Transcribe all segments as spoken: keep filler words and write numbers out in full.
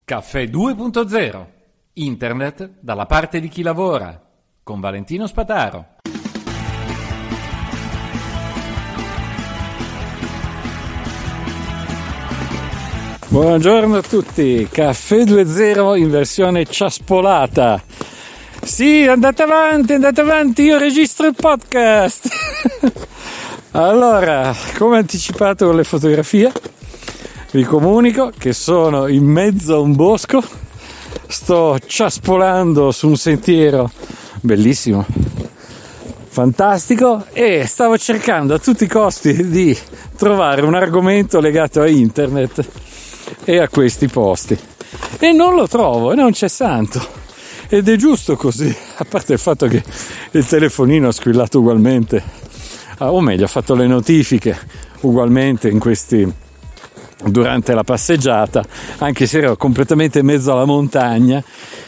Caffè due punto zero. Internet dalla parte di chi lavora. Con Valentino Spataro. Buongiorno a tutti, Caffè due punto zero in versione ciaspolata. Sì, andate avanti, andate avanti, io registro il podcast. Allora, come anticipato con le fotografie, vi comunico che sono in mezzo a un bosco, sto ciaspolando su un sentiero bellissimo, fantastico, e stavo cercando a tutti i costi di trovare un argomento legato a internet e a questi posti, e non lo trovo, e non c'è santo, ed è giusto così, a parte il fatto che il telefonino ha squillato ugualmente, o meglio ha fatto le notifiche ugualmente in questi durante la passeggiata, anche se ero completamente in mezzo alla montagna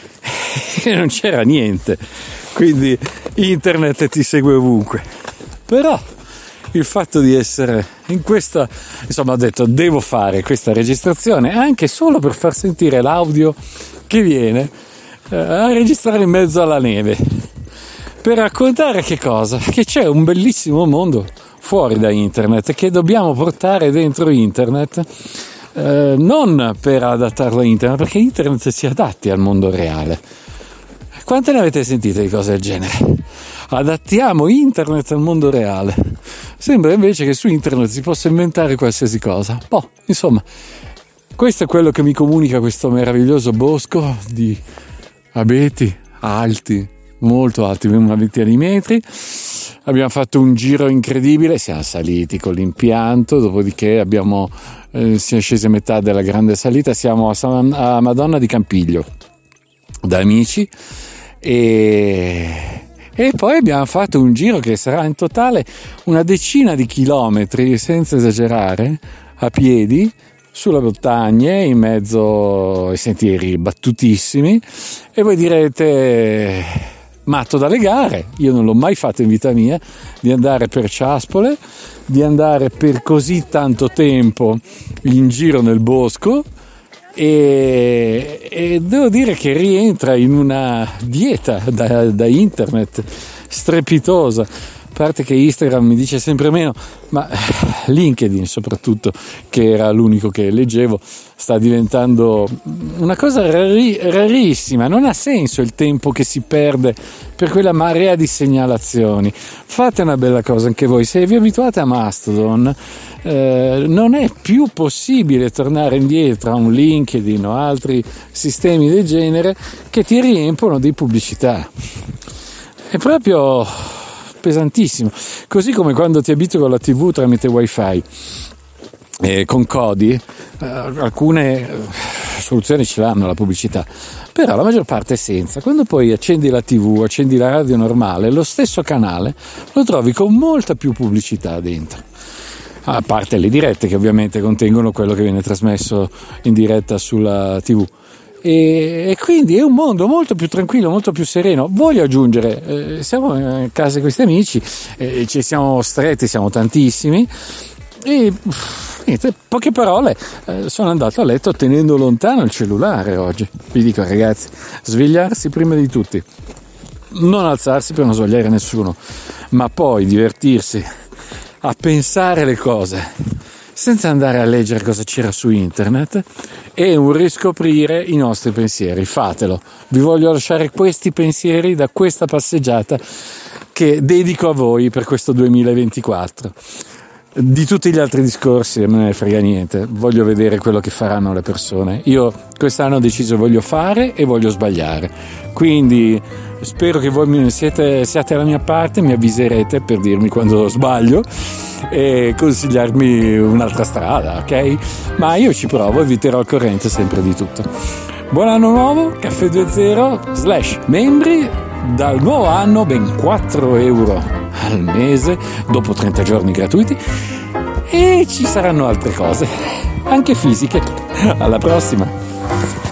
e non c'era niente, quindi internet ti segue ovunque. Però il fatto di essere in questa, insomma, ho detto devo fare questa registrazione anche solo per far sentire l'audio che viene eh, a registrare in mezzo alla neve, per raccontare che cosa? Che c'è un bellissimo mondo fuori da internet che dobbiamo portare dentro internet, eh, non per adattarlo a internet, perché internet si adatti al mondo reale. Quante ne avete sentite di cose del genere? Adattiamo internet al mondo reale. Sembra invece che su internet si possa inventare qualsiasi cosa. Boh, insomma, questo è quello che mi comunica questo meraviglioso bosco di abeti alti, molto alti, una ventina di metri. Abbiamo fatto un giro incredibile, siamo saliti con l'impianto, dopodiché abbiamo eh, siamo scesi a metà della grande salita, siamo a, San, a Madonna di Campiglio da amici, e, e poi abbiamo fatto un giro che sarà in totale una decina di chilometri, senza esagerare, a piedi, sulla montagna, in mezzo ai sentieri battutissimi, e voi direte: matto dalle gare, io non l'ho mai fatto in vita mia, di andare per ciaspole, di andare per così tanto tempo in giro nel bosco, e, e devo dire che rientra in una dieta da, da internet strepitosa. A parte che Instagram mi dice sempre meno, ma LinkedIn soprattutto, che era l'unico che leggevo, sta diventando una cosa rari, rarissima. Non ha senso il tempo che si perde per quella marea di segnalazioni. Fate una bella cosa anche voi, se vi abituate a Mastodon, eh, non è più possibile tornare indietro a un LinkedIn o altri sistemi del genere che ti riempono di pubblicità. È proprio pesantissimo, così come quando ti abitui con la tivù tramite wifi eh, con Kodi, eh, alcune eh, soluzioni ce l'hanno la pubblicità, però la maggior parte è senza. Quando poi accendi la tivù, accendi la radio normale, lo stesso canale lo trovi con molta più pubblicità dentro, a parte le dirette che ovviamente contengono quello che viene trasmesso in diretta sulla tivù. E, e quindi è un mondo molto più tranquillo, molto più sereno. Voglio aggiungere, eh, siamo a casa di questi amici, eh, ci siamo stretti, siamo tantissimi, e niente, poche parole, eh, sono andato a letto tenendo lontano il cellulare oggi. Vi dico, ragazzi, svegliarsi prima di tutti, non alzarsi per non svegliare nessuno, ma poi divertirsi a pensare le cose senza andare a leggere cosa c'era su internet, e un riscoprire i nostri pensieri. Fatelo, vi voglio lasciare questi pensieri da questa passeggiata che dedico a voi per questo duemilaventiquattro. Di tutti gli altri discorsi non me ne frega niente, voglio vedere quello che faranno le persone. Io quest'anno ho deciso, voglio fare e voglio sbagliare, quindi spero che voi siete, siate alla mia parte, mi avviserete per dirmi quando sbaglio e consigliarmi un'altra strada, ok? Ma io ci provo e vi terrò al corrente sempre di tutto. Buon anno nuovo, Caffè due punto zero slash membri, dal nuovo anno ben quattro euro al mese, dopo trenta giorni gratuiti, e ci saranno altre cose, anche fisiche. Alla prossima!